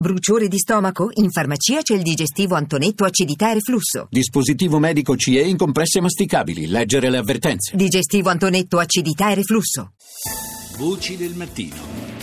Bruciore di stomaco? In farmacia c'è il digestivo Antonetto acidità e reflusso. Dispositivo medico CE in compresse masticabili. Leggere le avvertenze. Digestivo Antonetto acidità e reflusso. Voci del mattino.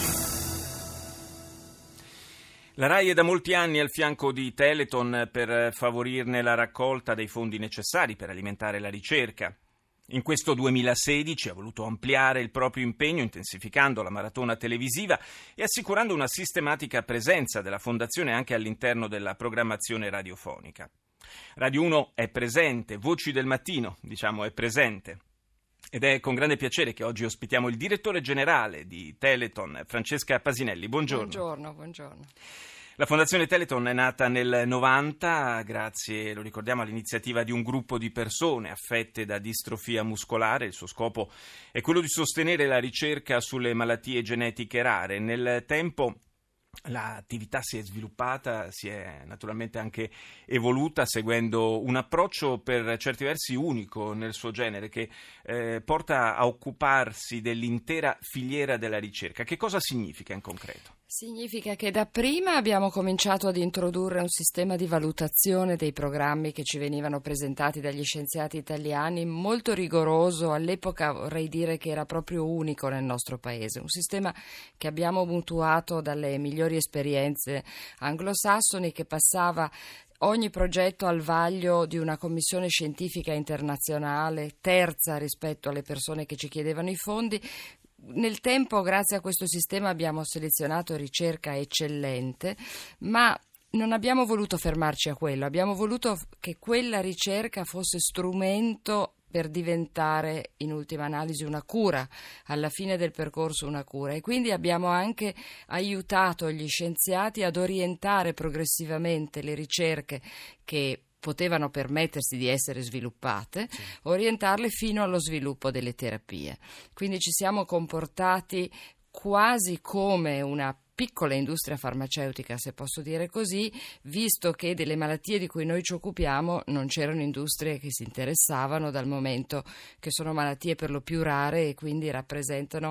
La RAI è da molti anni al fianco di Telethon per favorirne la raccolta dei fondi necessari per alimentare la ricerca. In questo 2016 ha voluto ampliare il proprio impegno intensificando la maratona televisiva e assicurando una sistematica presenza della Fondazione anche all'interno della programmazione radiofonica. Radio 1 è presente, Voci del Mattino, è presente. Ed è con grande piacere che oggi ospitiamo il direttore generale di Telethon, Francesca Pasinelli. Buongiorno. Buongiorno. La Fondazione Telethon è nata nel 90, grazie, lo ricordiamo, all'iniziativa di un gruppo di persone affette da distrofia muscolare. Il suo scopo è quello di sostenere la ricerca sulle malattie genetiche rare. Nel tempo l'attività si è sviluppata, si è naturalmente anche evoluta seguendo un approccio per certi versi unico nel suo genere che porta a occuparsi dell'intera filiera della ricerca. Che cosa significa in concreto? Significa che dapprima abbiamo cominciato ad introdurre un sistema di valutazione dei programmi che ci venivano presentati dagli scienziati italiani, molto rigoroso. All'epoca vorrei dire che era proprio unico nel nostro paese, un sistema che abbiamo mutuato dalle migliori esperienze anglosassoni, che passava ogni progetto al vaglio di una commissione scientifica internazionale, terza rispetto alle persone che ci chiedevano i fondi. Nel tempo, grazie a questo sistema, abbiamo selezionato ricerca eccellente, ma non abbiamo voluto fermarci a quello, abbiamo voluto che quella ricerca fosse strumento per diventare in ultima analisi una cura, alla fine del percorso una cura, e quindi abbiamo anche aiutato gli scienziati ad orientare progressivamente le ricerche che potevano permettersi di essere sviluppate, sì, orientarle fino allo sviluppo delle terapie. Quindi ci siamo comportati quasi come una piccola industria farmaceutica, se posso dire così, visto che delle malattie di cui noi ci occupiamo non c'erano industrie che si interessavano, dal momento che sono malattie per lo più rare e quindi rappresentano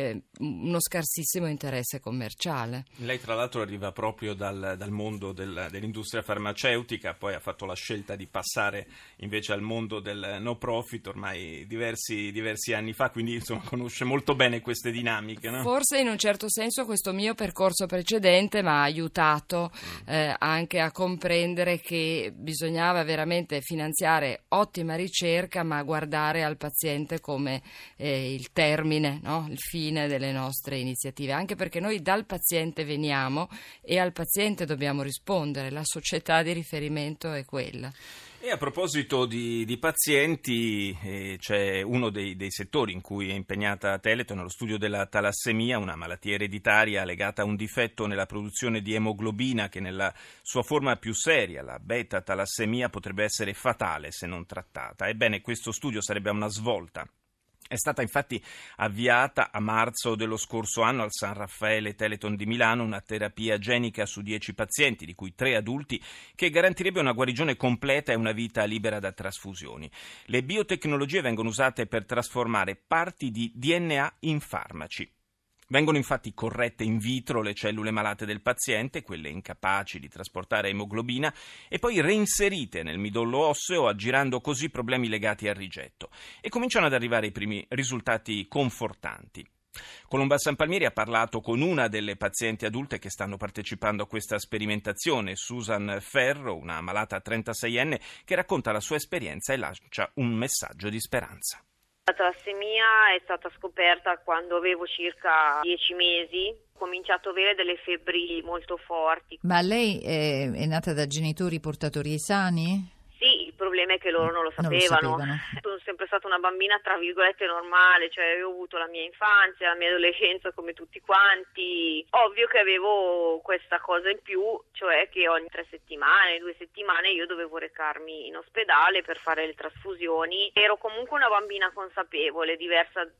uno scarsissimo interesse commerciale. Lei tra l'altro arriva proprio dal mondo dell'industria farmaceutica, poi ha fatto la scelta di passare invece al mondo del no profit ormai diversi anni fa, quindi insomma conosce molto bene queste dinamiche, no? Forse in un certo senso questo mio percorso precedente mi ha aiutato anche a comprendere che bisognava veramente finanziare ottima ricerca, ma guardare al paziente come il termine, no? Il fine delle nostre iniziative, anche perché noi dal paziente veniamo e al paziente dobbiamo rispondere, la società di riferimento è quella. E a proposito di pazienti, c'è uno dei settori in cui è impegnata Telethon, lo studio della talassemia, una malattia ereditaria legata a un difetto nella produzione di emoglobina che nella sua forma più seria, la beta-talassemia, potrebbe essere fatale se non trattata. Ebbene, questo studio sarebbe una svolta. È stata infatti avviata a marzo dello scorso anno al San Raffaele Telethon di Milano una terapia genica su 10 pazienti, di cui 3 adulti, che garantirebbe una guarigione completa e una vita libera da trasfusioni. Le biotecnologie vengono usate per trasformare parti di DNA in farmaci. Vengono infatti corrette in vitro le cellule malate del paziente, quelle incapaci di trasportare emoglobina, e poi reinserite nel midollo osseo, aggirando così problemi legati al rigetto. E cominciano ad arrivare i primi risultati confortanti. Colomba Sanpalmieri ha parlato con una delle pazienti adulte che stanno partecipando a questa sperimentazione, Susan Ferro, una malata 36enne, che racconta la sua esperienza e lancia un messaggio di speranza. La talassemia è stata scoperta quando avevo circa 10 mesi, ho cominciato a avere delle febbri molto forti. Ma lei è nata da genitori portatori sani? Sì, il problema è che loro non lo sapevano. Sono sempre stata una bambina tra virgolette normale, cioè ho avuto la mia infanzia, la mia adolescenza come tutti quanti. Ovvio che avevo questa cosa in più, cioè che ogni 3 settimane, 2 settimane io dovevo recarmi in ospedale per fare le trasfusioni. Ero comunque una bambina consapevole, diversa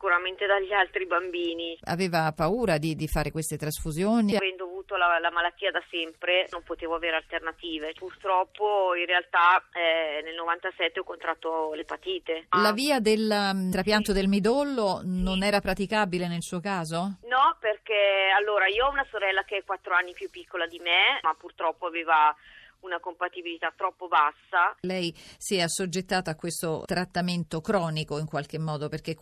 sicuramente dagli altri bambini. Aveva paura di fare queste trasfusioni? Avendo avuto la malattia da sempre non potevo avere alternative. Purtroppo in realtà nel 97 ho contratto l'epatite. La via del trapianto del midollo non era praticabile nel suo caso? No, perché allora io ho una sorella che è 4 anni più piccola di me, ma purtroppo aveva una compatibilità troppo bassa. Lei si è assoggettata a questo trattamento cronico in qualche modo, perché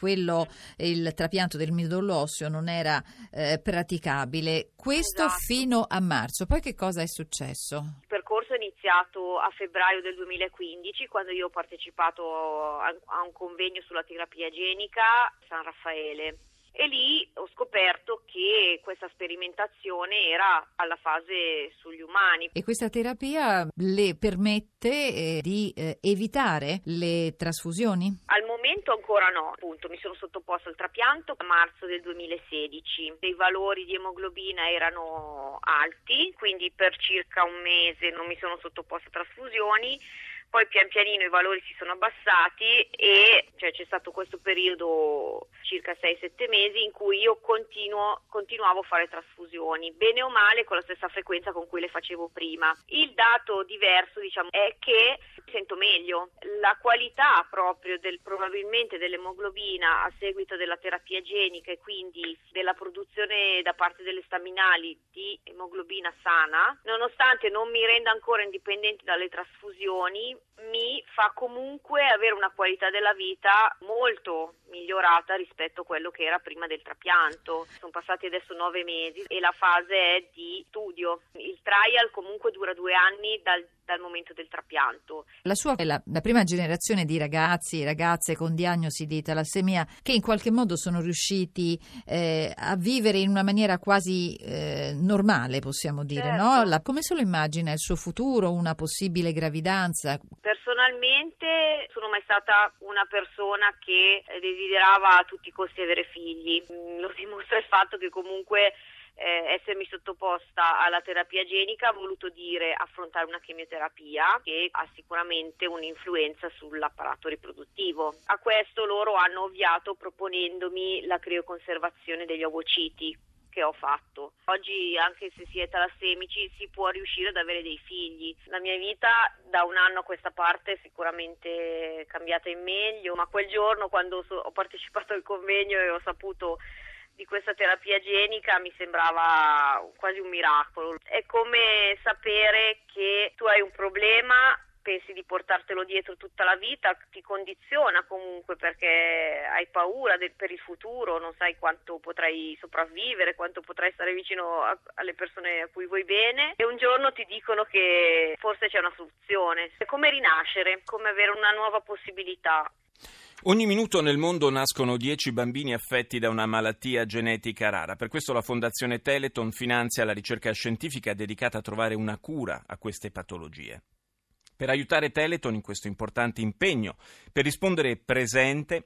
il trapianto del midollo osseo non era praticabile. Questo Esatto. Fino a marzo. Poi che cosa è successo? Il percorso è iniziato a febbraio del 2015, quando io ho partecipato a un convegno sulla terapia genica a San Raffaele. E lì ho scoperto che questa sperimentazione era alla fase sugli umani. E questa terapia le permette di evitare le trasfusioni? Al momento ancora no, appunto mi sono sottoposta al trapianto a marzo del 2016. I valori di emoglobina erano alti, quindi per circa un mese non mi sono sottoposta a trasfusioni. Poi pian pianino i valori si sono abbassati e c'è stato questo periodo, circa 6-7 mesi, in cui io continuavo a fare trasfusioni, bene o male con la stessa frequenza con cui le facevo prima. Il dato diverso, è che mi sento meglio. La qualità proprio probabilmente dell'emoglobina a seguito della terapia genica e quindi della produzione da parte delle staminali di emoglobina sana, nonostante non mi renda ancora indipendente dalle trasfusioni, mi fa comunque avere una qualità della vita molto migliorata rispetto a quello che era prima del trapianto. Sono passati adesso 9 mesi e la fase è di studio. Il trial comunque dura 2 anni dal momento del trapianto. La sua è la prima generazione di ragazzi e ragazze con diagnosi di talassemia che in qualche modo sono riusciti a vivere in una maniera quasi normale, possiamo dire, certo. no? Come se lo immagina il suo futuro, una possibile gravidanza? Personalmente sono mai stata una persona che desiderava a tutti i costi avere figli. Lo dimostra il fatto che comunque essermi sottoposta alla terapia genica ha voluto dire affrontare una chemioterapia che ha sicuramente un'influenza sull'apparato riproduttivo. A questo loro hanno ovviato proponendomi la crioconservazione degli ovociti, che ho fatto. Oggi, anche se si è talassemici, si può riuscire ad avere dei figli. La mia vita da un anno a questa parte è sicuramente cambiata in meglio, ma quel giorno quando ho partecipato al convegno e ho saputo di questa terapia genica mi sembrava quasi un miracolo. È come sapere che tu hai un problema, pensi di portartelo dietro tutta la vita, ti condiziona comunque perché hai paura per il futuro, non sai quanto potrai sopravvivere, quanto potrai stare vicino alle persone a cui vuoi bene e un giorno ti dicono che forse c'è una soluzione. È come rinascere, come avere una nuova possibilità. Ogni minuto nel mondo nascono 10 bambini affetti da una malattia genetica rara. Per questo la Fondazione Telethon finanzia la ricerca scientifica dedicata a trovare una cura a queste patologie. Per aiutare Telethon in questo importante impegno, per rispondere presente,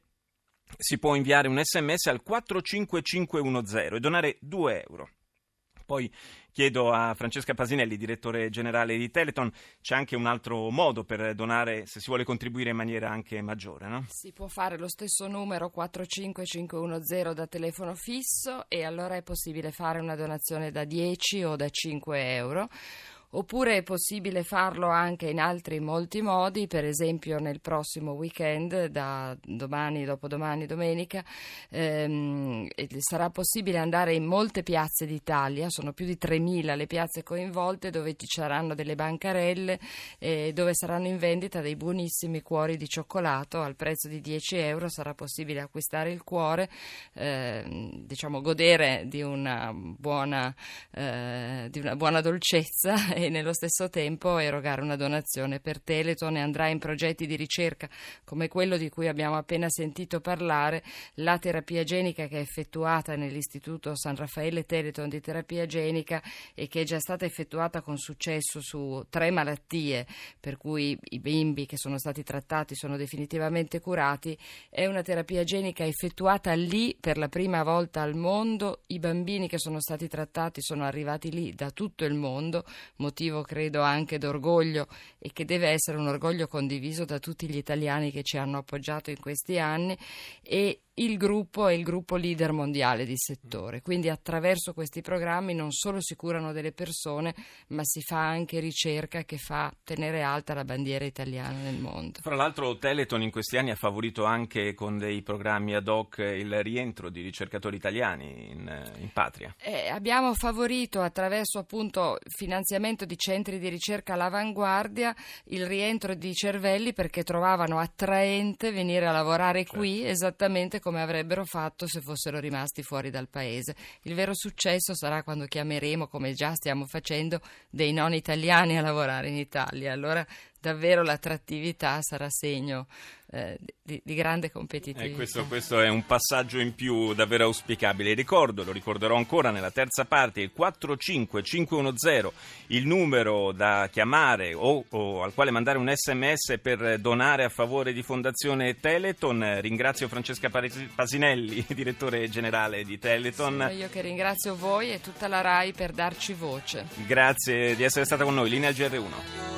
si può inviare un SMS al 45510 e donare €2. Poi chiedo a Francesca Pasinelli, direttore generale di Telethon, c'è anche un altro modo per donare se si vuole contribuire in maniera anche maggiore, no? Si può fare lo stesso numero 45510 da telefono fisso e allora è possibile fare una donazione da 10 o da €5. Oppure è possibile farlo anche in altri molti modi, per esempio nel prossimo weekend, da domani, dopodomani, domenica, sarà possibile andare in molte piazze d'Italia, sono più di 3.000 le piazze coinvolte, dove ci saranno delle bancarelle, dove saranno in vendita dei buonissimi cuori di cioccolato al prezzo di €10, sarà possibile acquistare il cuore, godere di una buona dolcezza e nello stesso tempo erogare una donazione per Telethon e andrà in progetti di ricerca come quello di cui abbiamo appena sentito parlare, la terapia genica che è effettuata nell'Istituto San Raffaele Telethon di terapia genica e che è già stata effettuata con successo su 3 malattie, per cui i bimbi che sono stati trattati sono definitivamente curati. È una terapia genica effettuata lì per la prima volta al mondo. I bambini che sono stati trattati sono arrivati lì da tutto il mondo, motivo credo anche d'orgoglio e che deve essere un orgoglio condiviso da tutti gli italiani che ci hanno appoggiato in questi anni, e il gruppo è il gruppo leader mondiale di settore, quindi attraverso questi programmi non solo si curano delle persone, ma si fa anche ricerca che fa tenere alta la bandiera italiana nel mondo. Fra l'altro Teleton in questi anni ha favorito anche con dei programmi ad hoc il rientro di ricercatori italiani in patria. Abbiamo favorito attraverso appunto finanziamento di centri di ricerca all'avanguardia il rientro di cervelli perché trovavano attraente venire a lavorare qui, esattamente come avrebbero fatto se fossero rimasti fuori dal paese. Il vero successo sarà quando chiameremo, come già stiamo facendo, dei non italiani a lavorare in Italia. Allora davvero l'attrattività sarà segno di grande competitività. Questo è un passaggio in più davvero auspicabile. Lo ricorderò ancora nella terza parte, il 45510, il numero da chiamare o al quale mandare un SMS per donare a favore di Fondazione Teleton. Ringrazio Francesca Pasinelli, direttore generale di Teleton. Sono io che ringrazio voi e tutta la RAI per darci voce. Grazie di essere stata con noi. Linea al GR1.